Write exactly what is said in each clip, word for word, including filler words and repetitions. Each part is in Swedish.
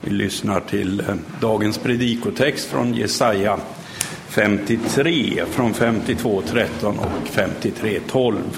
Vi lyssnar till dagens predikotext från Jesaja femtiotre, från femtiotvå tretton och femtiotre tolv.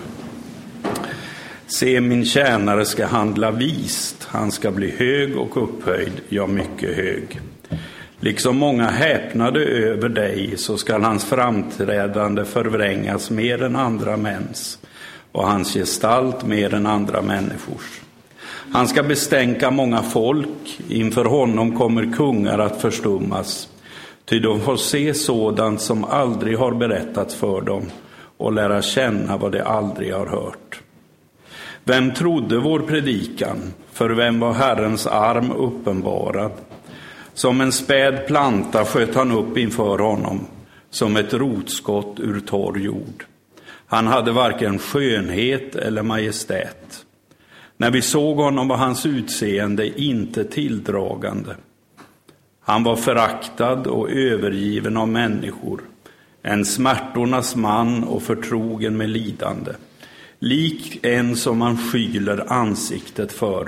Se, min tjänare ska handla vist, han ska bli hög och upphöjd, ja mycket hög. Liksom många häpnade över dig, så skall hans framträdande förvrängas mer än andra mäns, och hans gestalt mer än andra människors. Han ska bestänka många folk, inför honom kommer kungar att förstummas, ty de får se sådant som aldrig har berättats för dem och lära känna vad de aldrig har hört. Vem trodde vår predikan? För vem var Herrens arm uppenbarad? Som en späd planta sköt han upp inför honom, som ett rotskott ur torr jord. Han hade varken skönhet eller majestät. När vi såg honom var hans utseende inte tilldragande. Han var föraktad och övergiven av människor, en smärtornas man och förtrogen med lidande, lik en som man skyler ansiktet för,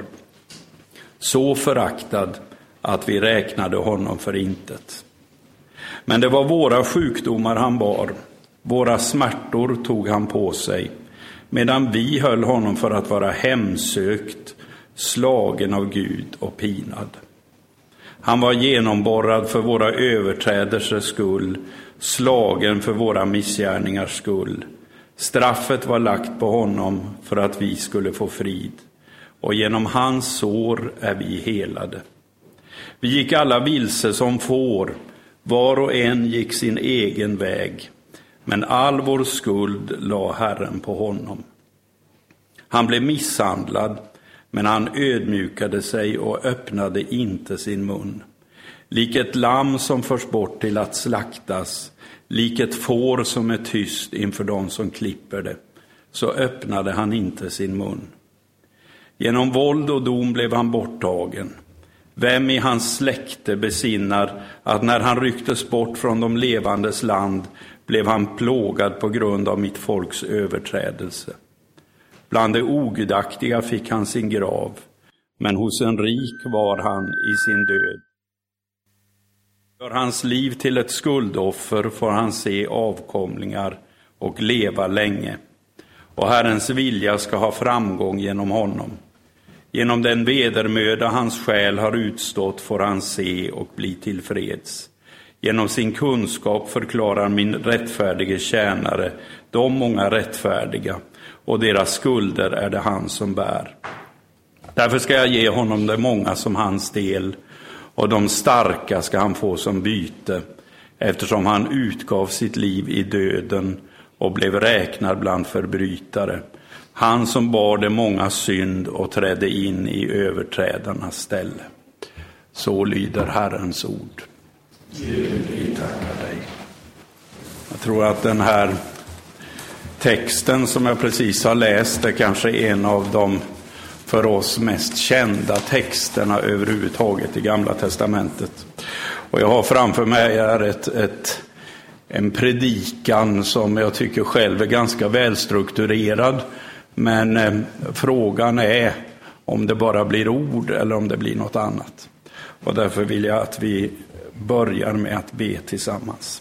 så föraktad att vi räknade honom för intet. Men det var våra sjukdomar han bar, våra smärtor tog han på sig, medan vi höll honom för att vara hemsökt, slagen av Gud och pinad. Han var genomborrad för våra överträdelsers skull, slagen för våra missgärningars skull. Straffet var lagt på honom för att vi skulle få frid, och genom hans sår är vi helade. Vi gick alla vilse som får, var och en gick sin egen väg, men all vår skuld la Herren på honom. Han blev misshandlad, men han ödmjukade sig och öppnade inte sin mun. Lik ett lamm som förs bort till att slaktas, lik ett får som är tyst inför dem som klipper det, så öppnade han inte sin mun. Genom våld och dom blev han borttagen. Vem i hans släkte besinnar att när han rycktes bort från de levandes land blev han plågad på grund av mitt folks överträdelse. Bland de ogudaktiga fick han sin grav, men hos en rik var han i sin död. För hans liv till ett skuldoffer får han se avkomlingar och leva länge, och Herrens vilja ska ha framgång genom honom. Genom den vedermöda hans själ har utstått får han se och bli tillfreds. Genom sin kunskap förklarar min rättfärdige tjänare de många rättfärdiga, och deras skulder är det han som bär. Därför ska jag ge honom det många som hans del, och de starka ska han få som byte, eftersom han utgav sitt liv i döden och blev räknad bland förbrytare. Han som bar det många synd och trädde in i överträdarnas ställe. Så lyder Herrens ord. Gud, vi tackar dig. Jag tror att den här texten som jag precis har läst är kanske en av de för oss mest kända texterna överhuvudtaget i Gamla testamentet. Och jag har framför mig här ett, ett, en predikan som jag tycker själv är ganska välstrukturerad. Men eh, frågan är om det bara blir ord eller om det blir något annat. Och därför vill jag att vi börjar med att be tillsammans.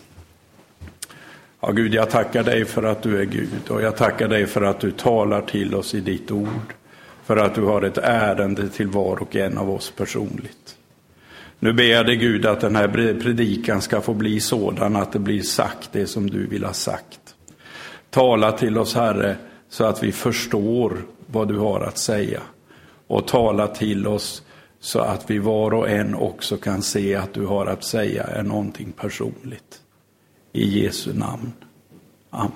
Ja, Gud, jag tackar dig för att du är Gud, och jag tackar dig för att du talar till oss i ditt ord, för att du har ett ärende till var och en av oss personligt. Nu ber jag dig, Gud, att den här predikan ska få bli sådan att det blir sagt det som du vill ha sagt. Tala till oss, Herre, så att vi förstår vad du har att säga, och tala till oss så att vi var och en också kan se att du har att säga är någonting personligt. I Jesu namn. Amen.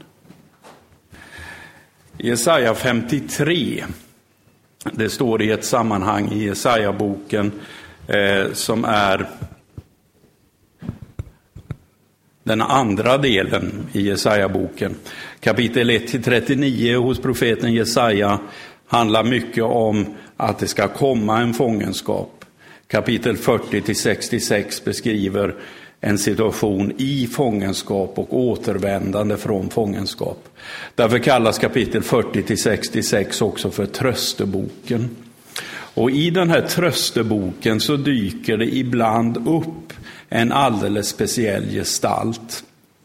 Jesaja femtiotre. Det står i ett sammanhang i Jesaja-boken eh, som är den andra delen i Jesaja-boken. Kapitel ett till trettionio hos profeten Jesaja handlar mycket om att det ska komma en fångenskap. Kapitel fyrtio till sextiosex beskriver en situation i fångenskap och återvändande från fångenskap. Därför kallas kapitel fyrtio till sextiosex också för trösteboken. Och i den här trösteboken så dyker det ibland upp en alldeles speciell gestalt.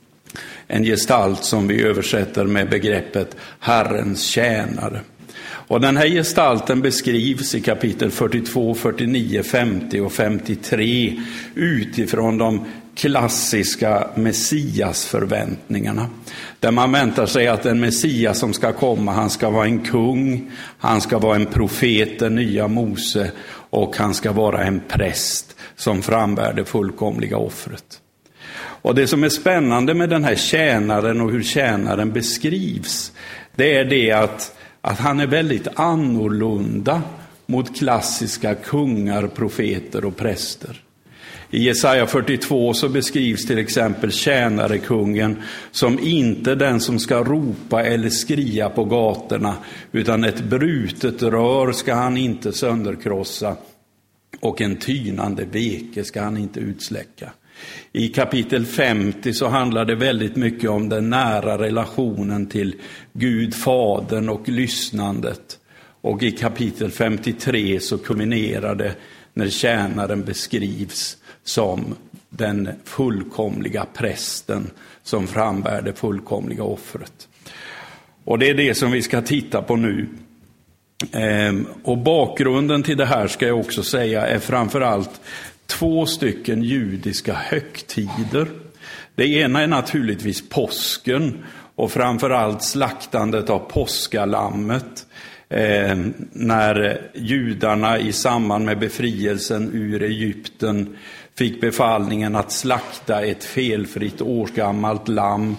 En gestalt som vi översätter med begreppet Herrens tjänare. Och den här gestalten beskrivs i kapitel fyrtiotvå, fyrtionio, femtio och femtiotre utifrån de klassiska messiasförväntningarna. Där man väntar sig att en messias som ska komma, han ska vara en kung, han ska vara en profet, den nya Mose, och han ska vara en präst som frambär det fullkomliga offret. Och det som är spännande med den här tjänaren och hur tjänaren beskrivs, det är det att, att han är väldigt annorlunda mot klassiska kungar, profeter och präster. I Jesaja fyrtiotvå så beskrivs till exempel tjänarekungen som inte den som ska ropa eller skria på gatorna, utan ett brutet rör ska han inte sönderkrossa och en tynande veke ska han inte utsläcka. I kapitel femtio så handlar det väldigt mycket om den nära relationen till Gud, Fadern och lyssnandet. Och i kapitel femtiotre så kulminerar det när tjänaren beskrivs som den fullkomliga prästen som frambär det fullkomliga offret. Och det är det som vi ska titta på nu. Ehm, och bakgrunden till det här ska jag också säga är framförallt två stycken judiska högtider. Det ena är naturligtvis påsken och framförallt slaktandet av påskalammet. Eh, när judarna i samband med befrielsen ur Egypten fick befallningen att slakta ett felfritt årsgammalt lamm,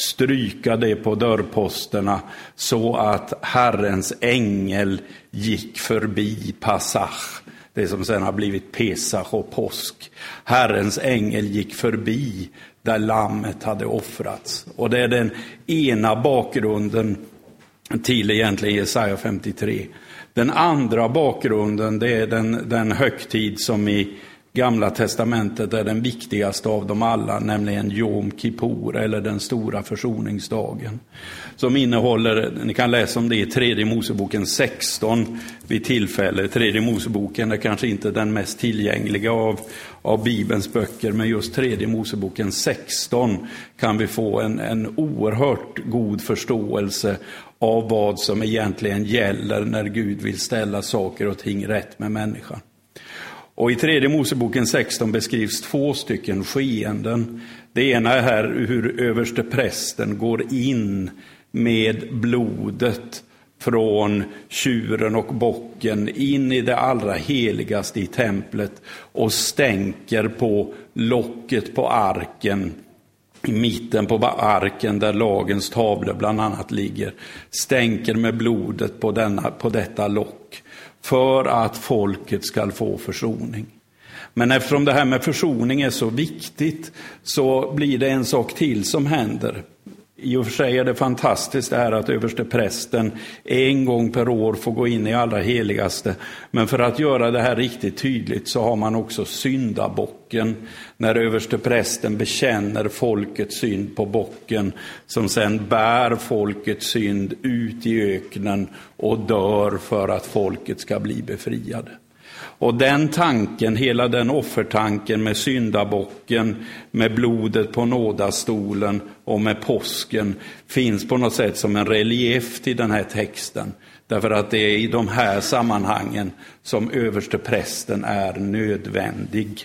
stryka det på dörrposterna så att Herrens ängel gick förbi Pasach, det som sedan har blivit Pesach och påsk. Herrens ängel gick förbi där lammet hade offrats. Och det är den ena bakgrunden till egentligen Jesaja femtiotre. Den andra bakgrunden, det är den, den högtid som i Gamla testamentet är den viktigaste av dem alla, nämligen Jom Kippur eller den stora försoningsdagen. Som innehåller, ni kan läsa om det i tredje Moseboken sexton vid tillfälle. Tredje Moseboken är kanske inte den mest tillgängliga av, av Bibelns böcker, men just tredje Moseboken sexton kan vi få en, en oerhört god förståelse av vad som egentligen gäller när Gud vill ställa saker och ting rätt med människan. Och i tredje Moseboken sexton beskrivs två stycken skeenden. Det ena är här hur överste prästen går in med blodet från tjuren och bocken in i det allra heligaste i templet och stänker på locket på arken. I mitten på arken där lagens tavlor bland annat ligger, stänker med blodet på, denna, på detta lock för att folket ska få försoning. Men eftersom det här med försoning är så viktigt så blir det en sak till som händer. I och för sig är det fantastiskt det här att överste prästen en gång per år får gå in i allra heligaste. Men för att göra det här riktigt tydligt så har man också syndabocken. När överste prästen bekänner folkets synd på bocken som sen bär folkets synd ut i öknen och dör för att folket ska bli befriade. Och den tanken, hela den offertanken med syndabocken, med blodet på nådastolen och med påsken finns på något sätt som en relief till den här texten. Därför att det är i de här sammanhangen som överste prästen är nödvändig.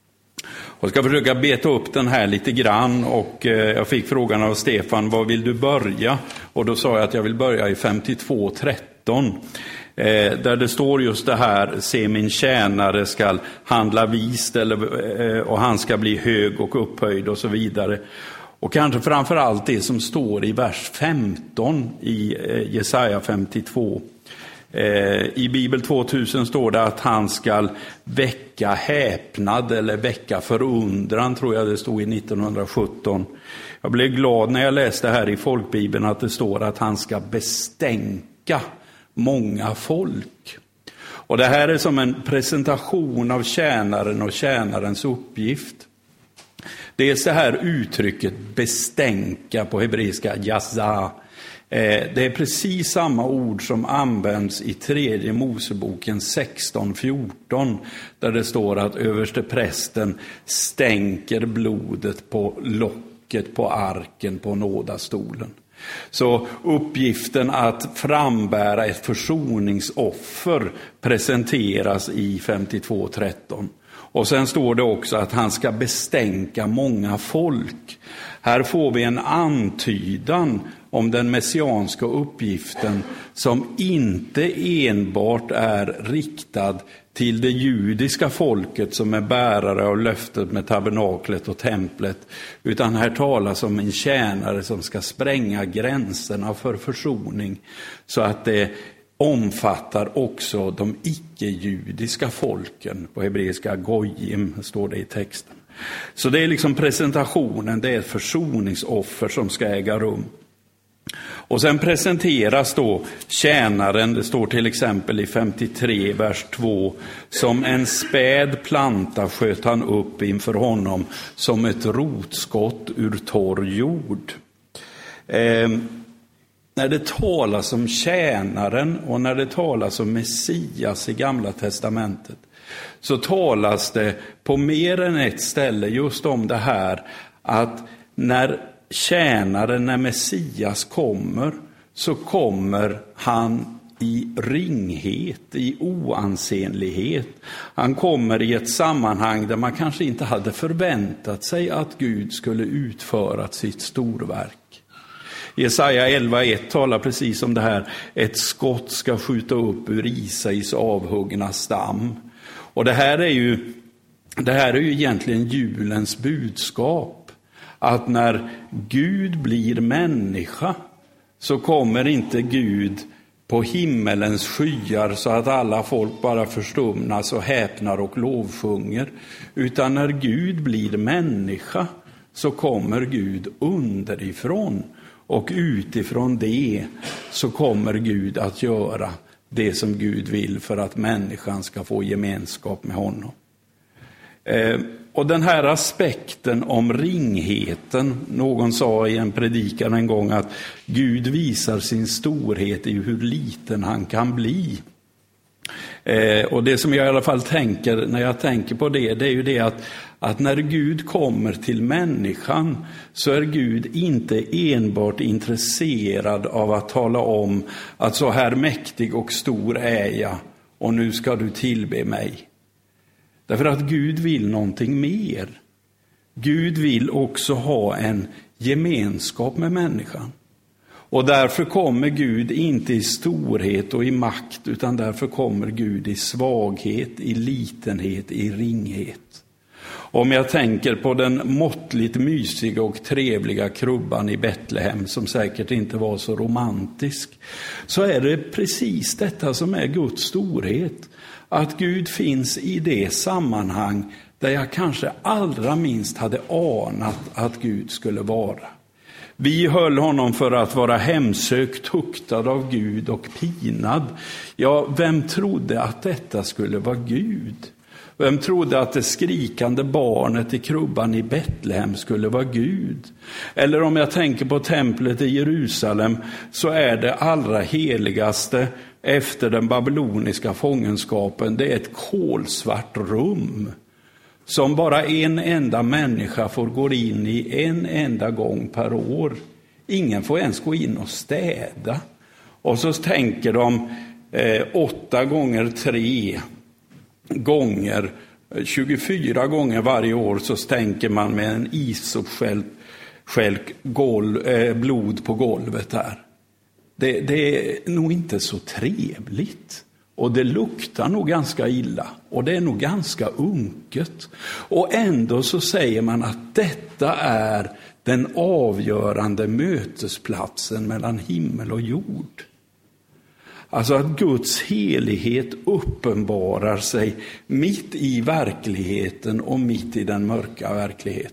Jag ska försöka beta upp den här lite grann och jag fick frågan av Stefan, var vill du börja? Och då sa jag att jag vill börja i femtiotvå tretton. Där det står just det här, se min tjänare ska handla vist eller, och han ska bli hög och upphöjd och så vidare. Och kanske framförallt det som står i vers femton i Jesaja femtiotvå. I Bibel tvåtusen står det att han ska väcka häpnad eller väcka förundran, tror jag det stod i nittonhundrasjutton. Jag blev glad när jag läste här i folkbibeln att det står att han ska bestänka många folk. Och det här är som en presentation av tjänaren och tjänarens uppgift. Dels det här uttrycket bestänka på hebreiska jazza. Det är precis samma ord som används i tredje Moseboken sexton fjorton, där det står att översteprästen stänker blodet på locket på arken på nådastolen. Så uppgiften att frambära ett försoningsoffer presenteras i femtiotvå tretton. Och sen står det också att han ska bestänka många folk. Här får vi en antydan om den messianska uppgiften som inte enbart är riktad till det judiska folket som är bärare av löftet med tabernaklet och templet, utan här talas om en tjänare som ska spränga gränserna för försoning så att det omfattar också de icke-judiska folken. På hebreiska goyim står det i texten. Så det är liksom presentationen, det är ett försoningsoffer som ska äga rum. Och sen presenteras då tjänaren, det står till exempel i femtiotre vers två, som en späd planta sköt han upp inför honom som ett rotskott ur torr jord. Eh, när det talas om tjänaren och när det talas om Messias i Gamla testamentet, så talas det på mer än ett ställe just om det här att när tjänaren, när Messias kommer, så kommer han i ringhet, i oansenlighet. Han kommer i ett sammanhang där man kanske inte hade förväntat sig att Gud skulle utföra sitt storverk. Jesaja elva ett talar precis om det här. Ett skott ska skjuta upp ur Isais avhuggna stam. Och det här är ju, det här är ju egentligen julens budskap. Att när Gud blir människa så kommer inte Gud på himmelens skyar så att alla folk bara förstumnas och häpnar och lovsjunger. Utan när Gud blir människa så kommer Gud underifrån. Och utifrån det så kommer Gud att göra det som Gud vill för att människan ska få gemenskap med honom. Eh, och den här aspekten om ringheten, någon sa i en predikan en gång att Gud visar sin storhet i hur liten han kan bli. Eh, och det som jag i alla fall tänker när jag tänker på det, det är ju det att, att när Gud kommer till människan så är Gud inte enbart intresserad av att tala om att så här mäktig och stor är jag och nu ska du tillbe mig. Därför att Gud vill någonting mer. Gud vill också ha en gemenskap med människan. Och därför kommer Gud inte i storhet och i makt, utan därför kommer Gud i svaghet, i litenhet, i ringhet. Om jag tänker på den måttligt mysiga och trevliga krubban i Betlehem, som säkert inte var så romantisk, så är det precis detta som är Guds storhet. Att Gud finns i det sammanhang där jag kanske allra minst hade anat att Gud skulle vara. Vi höll honom för att vara hemsökt, tuktad av Gud och pinad. Ja, vem trodde att detta skulle vara Gud? Vem trodde att det skrikande barnet i krubban i Betlehem skulle vara Gud? Eller om jag tänker på templet i Jerusalem, så är det allra heligaste efter den babyloniska fångenskapen, det är ett kolsvart rum som bara en enda människa får gå in i en enda gång per år. Ingen får ens gå in och städa. Och så tänker de eh, åtta gånger tre gånger, tjugofyra gånger varje år, så stänker man med en isopskälk gol, eh, blod på golvet där. Det, det är nog inte så trevligt. Och det luktar nog ganska illa. Och det är nog ganska unket. Och ändå så säger man att detta är den avgörande mötesplatsen mellan himmel och jord. Alltså att Guds helighet uppenbarar sig mitt i verkligheten och mitt i den mörka verkligheten.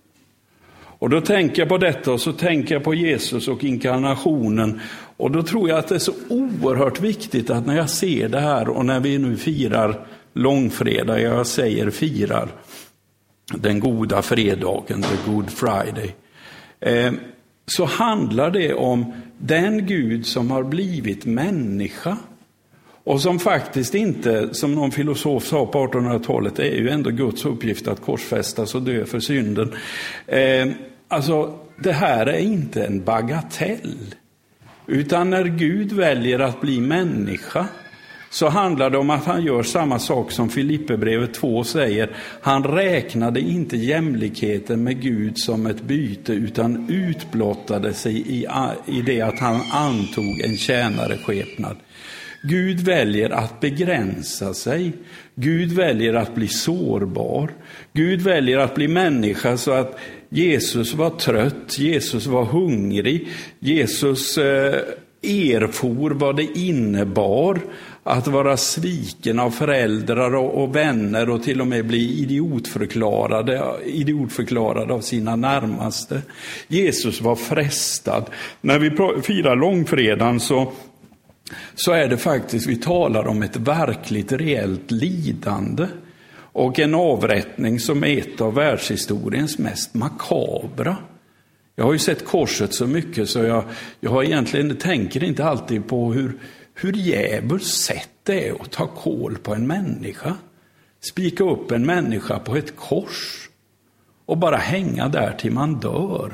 Och då tänker jag på detta, och så tänker jag på Jesus och inkarnationen. Och då tror jag att det är så oerhört viktigt att när jag ser det här, och när vi nu firar långfredag, jag säger firar den goda fredagen, the good Friday. Eh, så handlar det om den Gud som har blivit människa. Och som faktiskt inte, som någon filosof sa på artonhundratalet, det är ju ändå Guds uppgift att korsfästas och dö för synden. Eh, alltså, det här är inte en bagatell. Utan när Gud väljer att bli människa så handlar det om att han gör samma sak som Filipperbrevet två säger. Han räknade inte jämlikheten med Gud som ett byte utan utblottade sig i, i det att han antog en tjänareskepnad. Gud väljer att begränsa sig. Gud väljer att bli sårbar. Gud väljer att bli människa så att Jesus var trött, Jesus var hungrig, Jesus eh, erfor vad det innebar att vara sviken av föräldrar och, och vänner och till och med bli idiotförklarade, idiotförklarade av sina närmaste. Jesus var frestad. När vi firar långfredagen så så är det faktiskt, vi talar om ett verkligt reellt lidande och en avrättning som är ett av världshistoriens mest makabra. Jag har ju sett korset så mycket så jag, jag har egentligen, tänker inte alltid på hur, hur djävulskt sätt det är att ta kål på en människa. Spika upp en människa på ett kors och bara hänga där till man dör.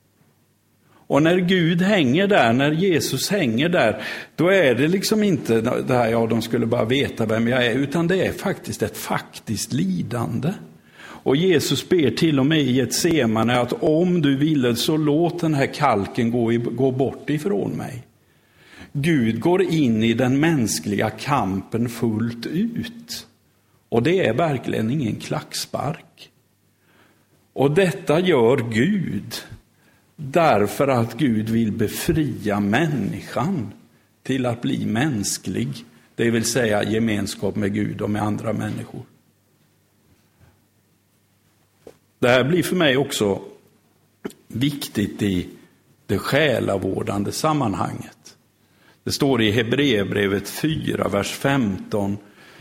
Och när Gud hänger där, när Jesus hänger där, då är det liksom inte det här, ja de skulle bara veta vem jag är, utan det är faktiskt ett faktiskt lidande. Och Jesus ber till och med i ett semane att om du ville så låt den här kalken gå, i, gå bort ifrån mig. Gud går in i den mänskliga kampen fullt ut. Och det är verkligen ingen klackspark. Och detta gör Gud. Därför att Gud vill befria människan till att bli mänsklig. Det vill säga gemenskap med Gud och med andra människor. Det här blir för mig också viktigt i det själavårdande sammanhanget. Det står i Hebreerbrevet fyra, vers femton.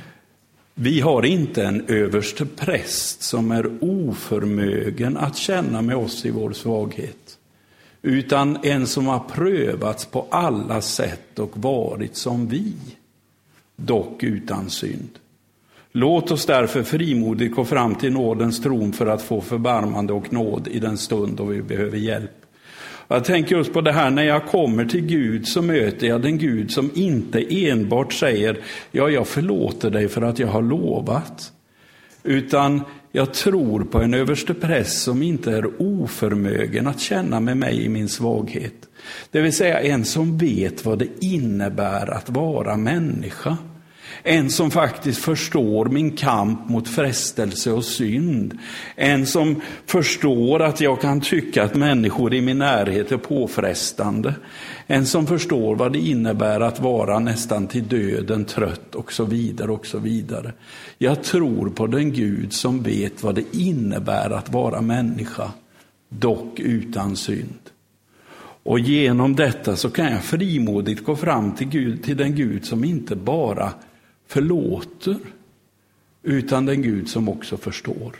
Vi har inte en överste präst som är oförmögen att känna med oss i vår svaghet, utan en som har prövats på alla sätt och varit som vi, dock utan synd. Låt oss därför frimodigt gå fram till nådens tron för att få förbarmande och nåd i den stund då vi behöver hjälp. Jag tänker just på det här, när jag kommer till Gud så möter jag den Gud som inte enbart säger ja, jag förlåter dig för att jag har lovat, utan jag tror på en överste präst som inte är oförmögen att känna med mig i min svaghet. Det vill säga en som vet vad det innebär att vara människa. En som faktiskt förstår min kamp mot frestelse och synd. En som förstår att jag kan tycka att människor i min närhet är påfrestande. En som förstår vad det innebär att vara nästan till döden trött och så vidare och så vidare. Jag tror på den Gud som vet vad det innebär att vara människa, dock utan synd. Och genom detta så kan jag frimodigt gå fram till Gud, till den Gud som inte bara förlåter, utan den Gud som också förstår.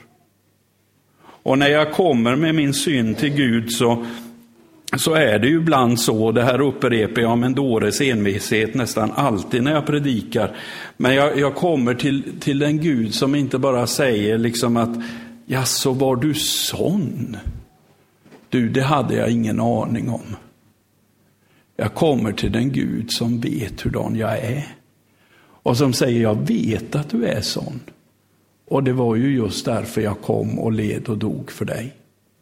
Och när jag kommer med min synd till Gud så, så är det ju ibland så, det här upprepar jag med en dåres envishet nästan alltid när jag predikar, men jag, jag kommer till, till den Gud som inte bara säger liksom att ja, så var du sån? Du, det hade jag ingen aning om. Jag kommer till den Gud som vet hurdan jag är. Och som säger, jag vet att du är sån. Och det var ju just därför jag kom och led och dog för dig.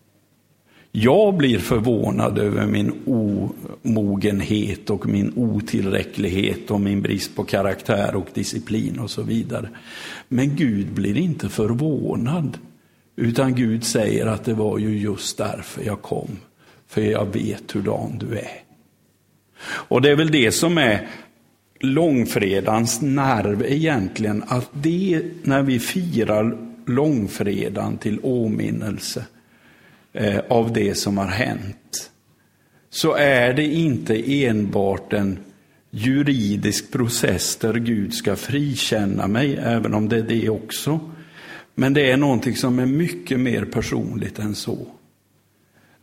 Jag blir förvånad över min omogenhet och min otillräcklighet och min brist på karaktär och disciplin och så vidare. Men Gud blir inte förvånad. Utan Gud säger att det var ju just därför jag kom. För jag vet hurdan du är. Och det är väl det som är långfredans nerv egentligen, att det när vi firar långfredagen till åminnelse eh, av det som har hänt, så är det inte enbart en juridisk process där Gud ska frikänna mig, även om det är det också, men det är någonting som är mycket mer personligt än så.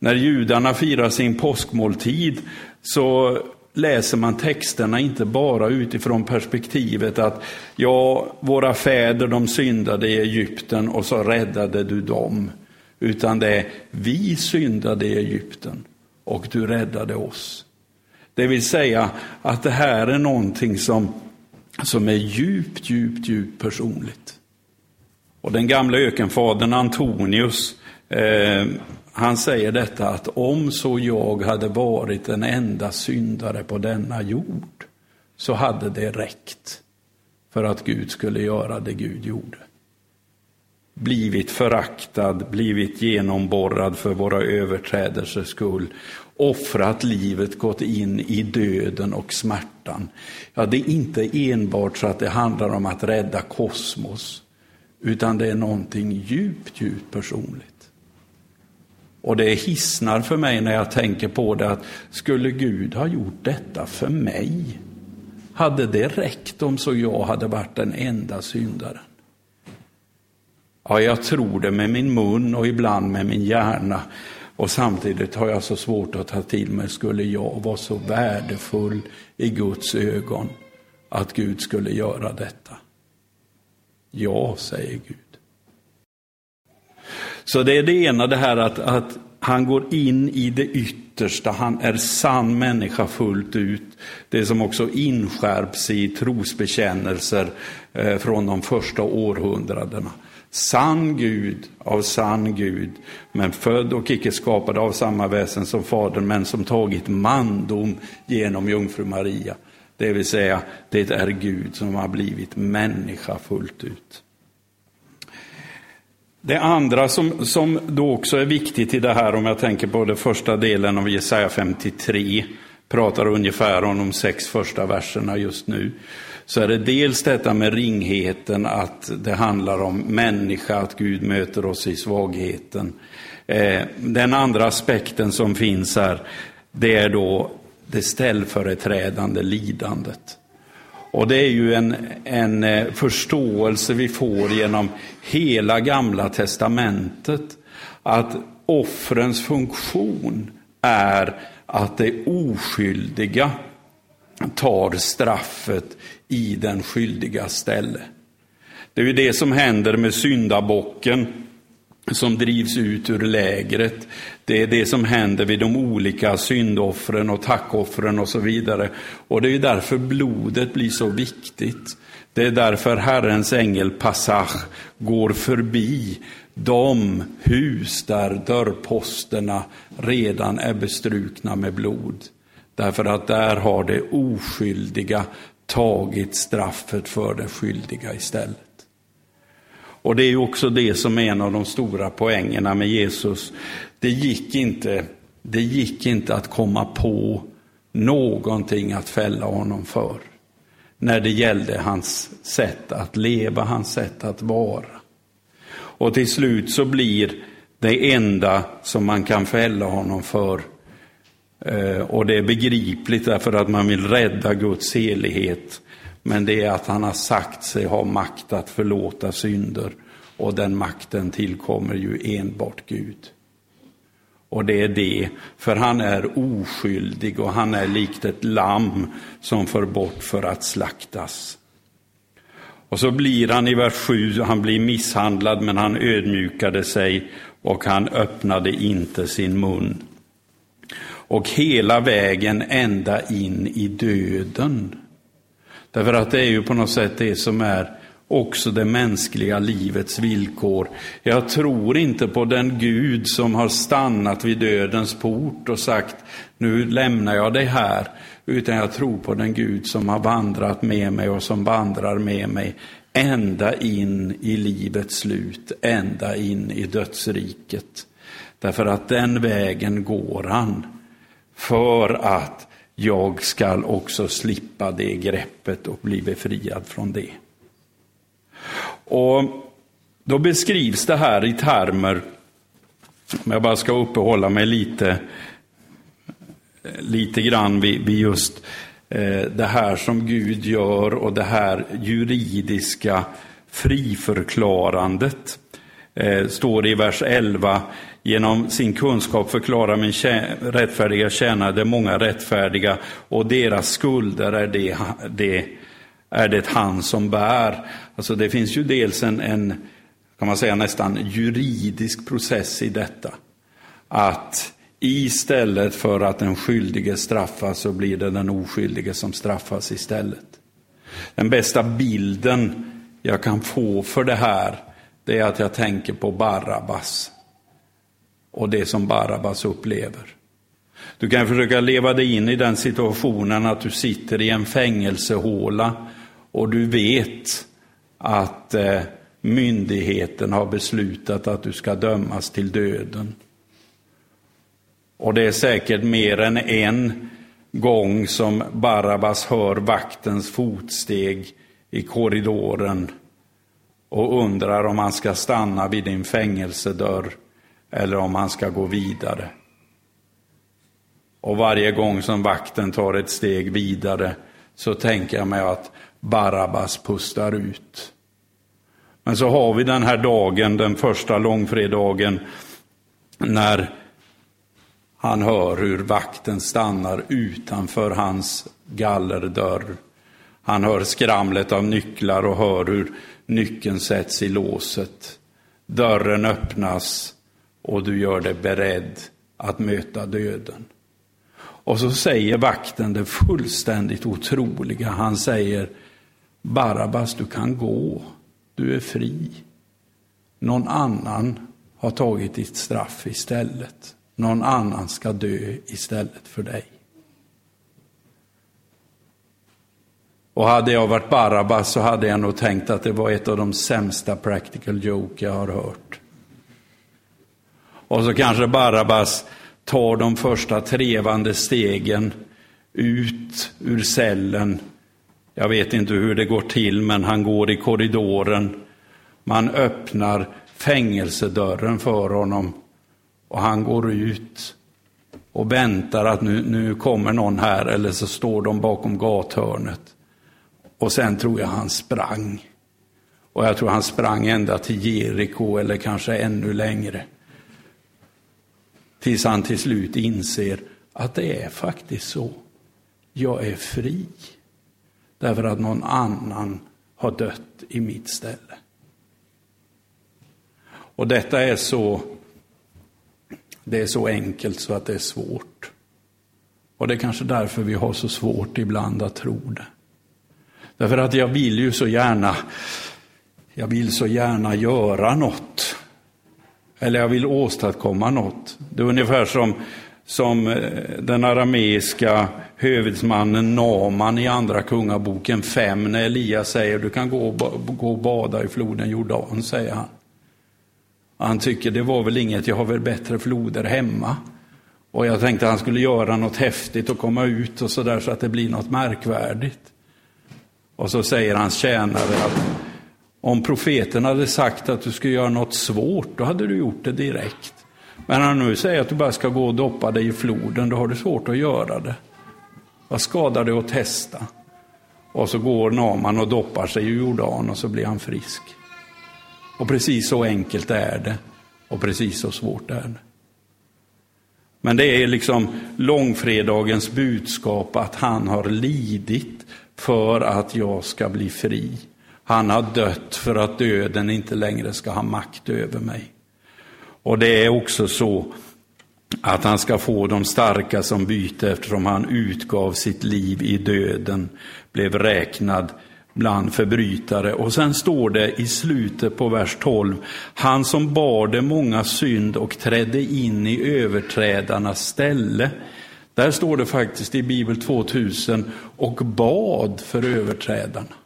När judarna firar sin påskmåltid så läser man texterna inte bara utifrån perspektivet att ja, våra fäder de syndade i Egypten och så räddade du dem. Utan det är vi syndade i Egypten och du räddade oss. Det vill säga att det här är någonting som, som är djupt, djupt, djupt personligt. Och den gamla ökenfadern Antonius, eh, han säger detta att om så jag hade varit en enda syndare på denna jord så hade det räckt för att Gud skulle göra det Gud gjorde. Blivit föraktad, blivit genomborrad för våra överträdelsers skull, offrat livet, gått in i döden och smärtan. Ja, det är inte enbart så att det handlar om att rädda kosmos, utan det är någonting djupt, djupt personligt. Och det hissnar för mig när jag tänker på det att skulle Gud ha gjort detta för mig? Hade det räckt om så jag hade varit den enda syndaren? Ja, jag tror det med min mun och ibland med min hjärna. Och samtidigt har jag så svårt att ta till mig, skulle jag vara så värdefull i Guds ögon att Gud skulle göra detta? Ja, säger Gud. Så det är det ena, det här att, att han går in i det yttersta. Han är sann människa fullt ut. Det som också inskärps i trosbekännelser eh, från de första århundradena. Sann Gud av sann Gud, men född och icke skapad av samma väsen som fadern, men som tagit mandom genom jungfru Maria. Det vill säga, det är Gud som har blivit människa fullt ut. Det andra som, som då också är viktigt i det här, om jag tänker på den första delen av Jesaja femtiotre, pratar ungefär om de sex första verserna just nu, så är det dels detta med ringheten, att det handlar om människa, att Gud möter oss i svagheten. Eh, den andra aspekten som finns här, det är då det ställföreträdande lidandet. Och det är ju en, en förståelse vi får genom hela Gamla testamentet, att offrens funktion är att det oskyldiga tar straffet i den skyldiga ställe. Det är ju det som händer med syndabocken som drivs ut ur lägret. Det är det som händer vid de olika syndoffren och tackoffren och så vidare. Och det är därför blodet blir så viktigt. Det är därför Herrens ängel Passage går förbi de hus där dörrposterna redan är bestrukna med blod. Därför att där har det oskyldiga tagit straffet för det skyldiga istället. Och det är ju också det som är en av de stora poängerna med Jesus. Det gick inte, det gick inte att komma på någonting att fälla honom för när det gällde hans sätt att leva, hans sätt att vara. Och till slut så blir det enda som man kan fälla honom för, och det är begripligt därför att man vill rädda Guds helighet, men det är att han har sagt sig ha makt att förlåta synder, och den makten tillkommer ju enbart Gud. Och det är det, för han är oskyldig och han är likt ett lamm som för bort för att slaktas. Och så blir han i vers sju, han blir misshandlad, men han ödmjukade sig och han öppnade inte sin mun. Och hela vägen ända in i döden. Därför att det är ju på något sätt det som är också det mänskliga livets villkor. Jag tror inte på den Gud som har stannat vid dödens port och sagt, nu lämnar jag dig här. Utan jag tror på den Gud som har vandrat med mig och som vandrar med mig ända in i livets slut, ända in i dödsriket. Därför att den vägen går han för att jag ska också slippa det greppet och bli befriad från det. Och då beskrivs det här i termer, om jag bara ska uppehålla mig lite, lite grann vid, vid just eh, det här som Gud gör och det här juridiska friförklarandet. eh, står i vers elva. Genom sin kunskap förklarar min tjä- rättfärdiga tjänare det många rättfärdiga, och deras skulder är det, det, är det han som bär. Alltså det finns ju dels en, en kan man säga nästan juridisk process i detta. Att istället för att den skyldige straffas så blir det den oskyldige som straffas istället. Den bästa bilden jag kan få för det här, det är att jag tänker på Barabbas och det som Barabbas upplever. Du kan försöka leva dig in i den situationen att du sitter i en fängelsehåla och du vet att eh, myndigheten har beslutat att du ska dömas till döden. Och det är säkert mer än en gång som Barabbas hör vaktens fotsteg i korridoren och undrar om han ska stanna vid din fängelsedörr eller om han ska gå vidare. Och varje gång som vakten tar ett steg vidare så tänker jag mig att Barabbas pustar ut. Men så har vi den här dagen, den första långfredagen, när han hör hur vakten stannar utanför hans gallerdörr. Han hör skramlet av nycklar och hör hur nyckeln sätts i låset. Dörren öppnas och du gör dig beredd att möta döden. Och så säger vakten det fullständigt otroliga. Han säger: Barabbas, du kan gå. Du är fri. Någon annan har tagit ditt straff istället. Någon annan ska dö istället för dig. Och hade jag varit Barabbas så hade jag nog tänkt att det var ett av de sämsta practical joke jag har hört. Och så kanske Barabbas tar de första trevande stegen ut ur cellen. Jag vet inte hur det går till, men han går i korridoren. Man öppnar fängelsedörren för honom och han går ut och väntar att nu, nu kommer någon här, eller så står de bakom gathörnet. Och sen tror jag han sprang. Och jag tror han sprang ända till Jeriko eller kanske ännu längre. Tills han till slut inser att det är faktiskt så. Jag är fri. Därför att någon annan har dött i mitt ställe. Och detta är så, det är så enkelt så att det är svårt. Och det är kanske därför vi har så svårt ibland att tro det. Därför att jag vill ju så gärna, jag vill så gärna göra något. Eller jag vill åstadkomma något. Det är ungefär som, som den arameiska hövitsmannen Naman i andra kungaboken fem, när Elias säger du kan gå och, gå och bada i floden Jordan, säger han. Han tycker det var väl inget, jag har väl bättre floder hemma. Och jag tänkte han skulle göra något häftigt och komma ut och sådär så att det blir något märkvärdigt. Och så säger hans tjänare att om profeten hade sagt att du ska göra något svårt, då hade du gjort det direkt. Men han nu säger att du bara ska gå och doppa dig i floden, då har du svårt att göra det. Vad skadar det att testa? Och så går Naman och doppar sig i Jordan och så blir han frisk. Och precis så enkelt är det. Och precis så svårt är det. Men det är liksom långfredagens budskap att han har lidit för att jag ska bli fri. Han har dött för att döden inte längre ska ha makt över mig. Och det är också så att han ska få de starka som byte, eftersom han utgav sitt liv i döden, blev räknad bland förbrytare. Och sen står det i slutet på vers tolv: han som bar det många synd och trädde in i överträdarnas ställe. Där står det faktiskt i Bibel tvåtusen och bad för överträdarna.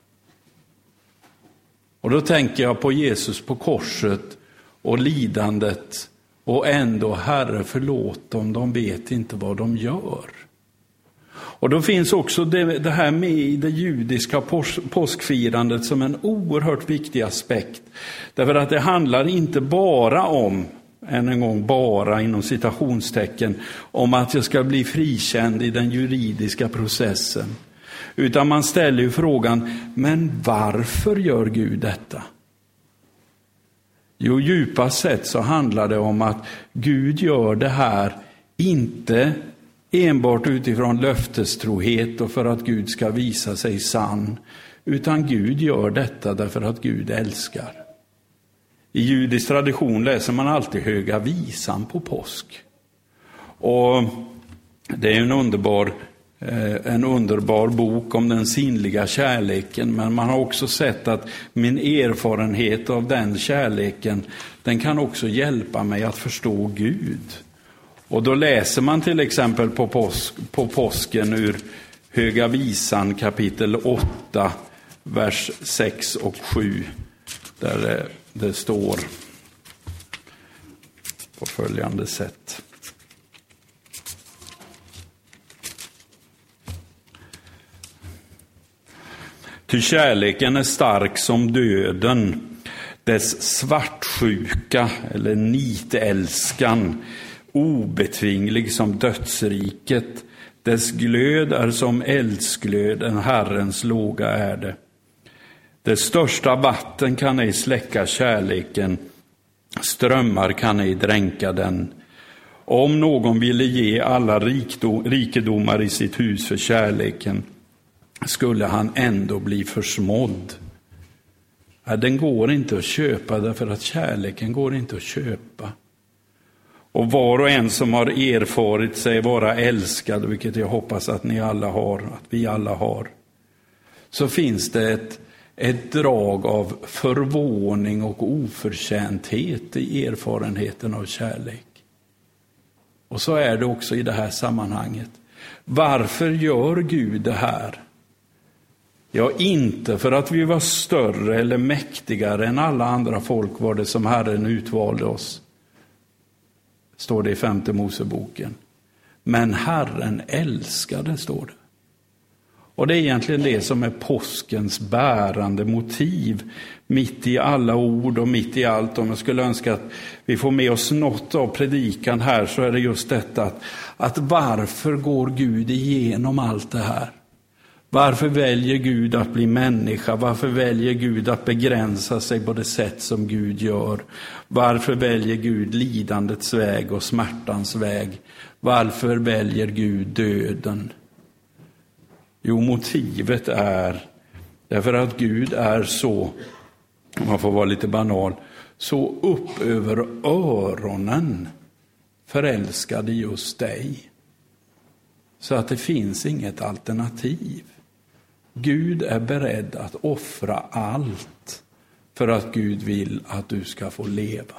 Och då tänker jag på Jesus på korset och lidandet, och ändå Herre förlåt dem, de vet inte vad de gör. Och då finns också det, det här med i det judiska pås, påskfirandet som en oerhört viktig aspekt. Därför att det handlar inte bara om, än en gång bara inom citationstecken, om att jag ska bli frikänd i den juridiska processen. Utan man ställer ju frågan, men varför gör Gud detta? Jo, djupast sett så handlar det om att Gud gör det här inte enbart utifrån löftestrohet och för att Gud ska visa sig sann, utan Gud gör detta därför att Gud älskar. I judisk tradition läser man alltid Höga visan på påsk. Och det är en underbar, en underbar bok om den sinnliga kärleken, men man har också sett att min erfarenhet av den kärleken, den kan också hjälpa mig att förstå Gud. Och då läser man till exempel på, påsk, på påsken ur Höga visan kapitel åtta, vers sex och sju, där det, det står på följande sätt. Ty kärleken är stark som döden, dess svartsjuka eller nitälskan, obetvinglig som dödsriket, dess glöd är som eldsglöd, en Herrens låga ärde. Det största vatten kan ej släcka kärleken, strömmar kan ej dränka den. Om någon ville ge alla rikdom, rikedomar i sitt hus för kärleken, skulle han ändå bli försmådd. Ja, den går inte att köpa, därför att kärleken går inte att köpa. Och var och en som har erfarit sig vara älskad, vilket jag hoppas att ni alla har, att vi alla har, så finns det ett, ett drag av förvåning och oförtjänthet i erfarenheten av kärlek. Och så är det också i det här sammanhanget. Varför gör Gud det här? Ja, inte för att vi var större eller mäktigare än alla andra folk var det som Herren utvalde oss. Står det i femte Moseboken. Men Herren älskade, står det. Och det är egentligen det som är påskens bärande motiv. Mitt i alla ord och mitt i allt. Om jag skulle önska att vi får med oss något av predikan här, så är det just detta. Att, att varför går Gud igenom allt det här? Varför väljer Gud att bli människa? Varför väljer Gud att begränsa sig på det sätt som Gud gör? Varför väljer Gud lidandets väg och smärtans väg? Varför väljer Gud döden? Jo, motivet är därför att Gud är så, om man får vara lite banal, så upp över öronen förälskad i just dig. Så att det finns inget alternativ. Gud är beredd att offra allt för att Gud vill att du ska få leva.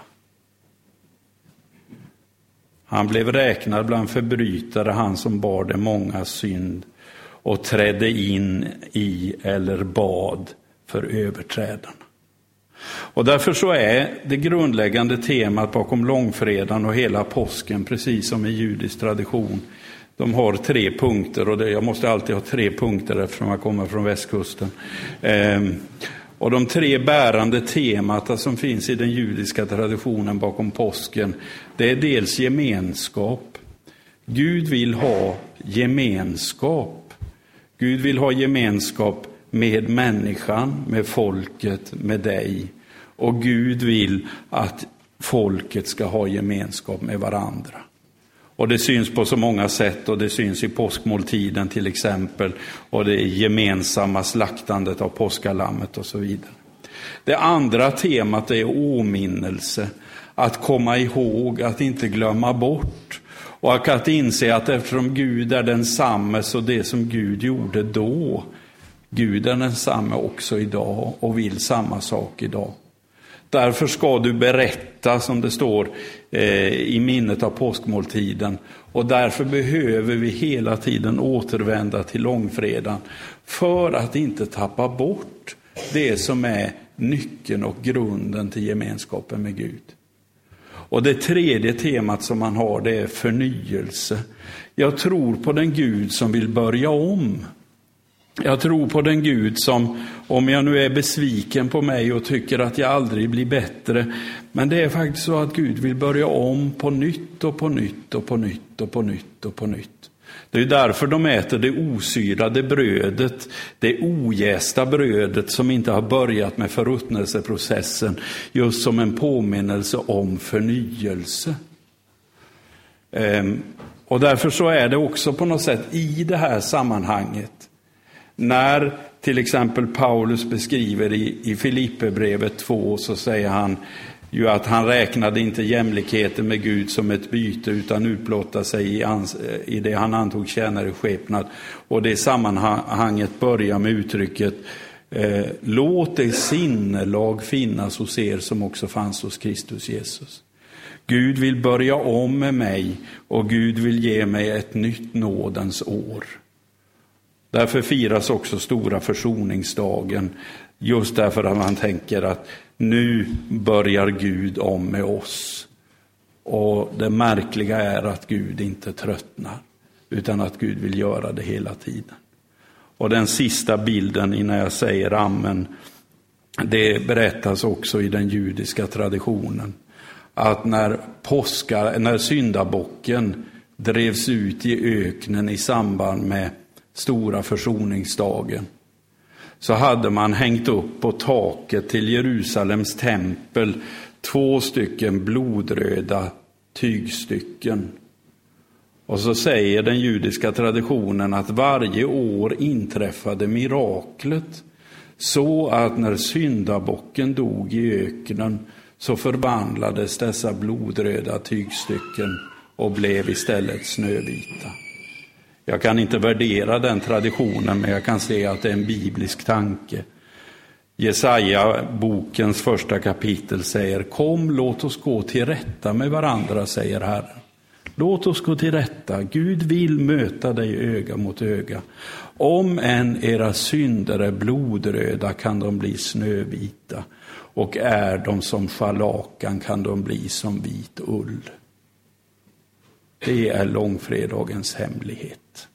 Han blev räknad bland förbrytare, han som bar det många synd och trädde in i eller bad för överträdarna. Och därför så är det grundläggande temat bakom långfredagen och hela påsken, precis som i judisk tradition. De har tre punkter, och det, jag måste alltid ha tre punkter eftersom jag kommer från västkusten. Ehm, och de tre bärande temata som finns i den judiska traditionen bakom påsken, det är dels gemenskap. Gud vill ha gemenskap. Gud vill ha gemenskap med människan, med folket, med dig. Och Gud vill att folket ska ha gemenskap med varandra. Och det syns på så många sätt, och det syns i påskmåltiden till exempel, och det gemensamma slaktandet av påskalammet och så vidare. Det andra temat är åminnelse, att komma ihåg, att inte glömma bort, och att inse att eftersom Gud är densamme, så det som Gud gjorde då, Gud är densamme också idag och vill samma sak idag. Därför ska du berätta, som det står eh, i minnet av påskmåltiden. Och därför behöver vi hela tiden återvända till långfredagen för att inte tappa bort det som är nyckeln och grunden till gemenskapen med Gud. Och det tredje temat som man har, det är förnyelse. Jag tror på den Gud som vill börja om. Jag tror på den Gud som, om jag nu är besviken på mig och tycker att jag aldrig blir bättre, men det är faktiskt så att Gud vill börja om på nytt och på nytt och på nytt och på nytt och på nytt. Det är därför de äter det osyrade brödet, det ojästa brödet som inte har börjat med förruttnelseprocessen, just som en påminnelse om förnyelse. Ehm, och därför så är det också på något sätt i det här sammanhanget, när till exempel Paulus beskriver i, i Filipperbrevet två, så säger han ju att han räknade inte jämlikheten med Gud som ett byte, utan utblottade sig i, ans- i det han antog tjänare skepnad. Och det sammanhanget börjar med uttrycket eh, låt det sinnelag finnas hos er som också fanns hos Kristus Jesus. Gud vill börja om med mig, och Gud vill ge mig ett nytt nådens år. Därför firas också stora försoningsdagen, just därför att man tänker att nu börjar Gud om med oss. Och det märkliga är att Gud inte tröttnar, utan att Gud vill göra det hela tiden. Och den sista bilden innan jag säger amen, det berättas också i den judiska traditionen, att när påskar, när syndabocken drevs ut i öknen i samband med stora försoningsdagen, så hade man hängt upp på taket till Jerusalems tempel två stycken blodröda tygstycken. Och så säger den judiska traditionen att varje år inträffade miraklet, så att när syndabocken dog i öknen så förvandlades dessa blodröda tygstycken och blev istället snövita. Jag kan inte värdera den traditionen, men jag kan se att det är en biblisk tanke. Jesaja, bokens första kapitel, säger: kom, låt oss gå till rätta med varandra, säger Herren. Låt oss gå till rätta. Gud vill möta dig öga mot öga. Om än era synder är blodröda kan de bli snövita, och är de som scharlakan kan de bli som vit ull. Det är långfredagens hemlighet.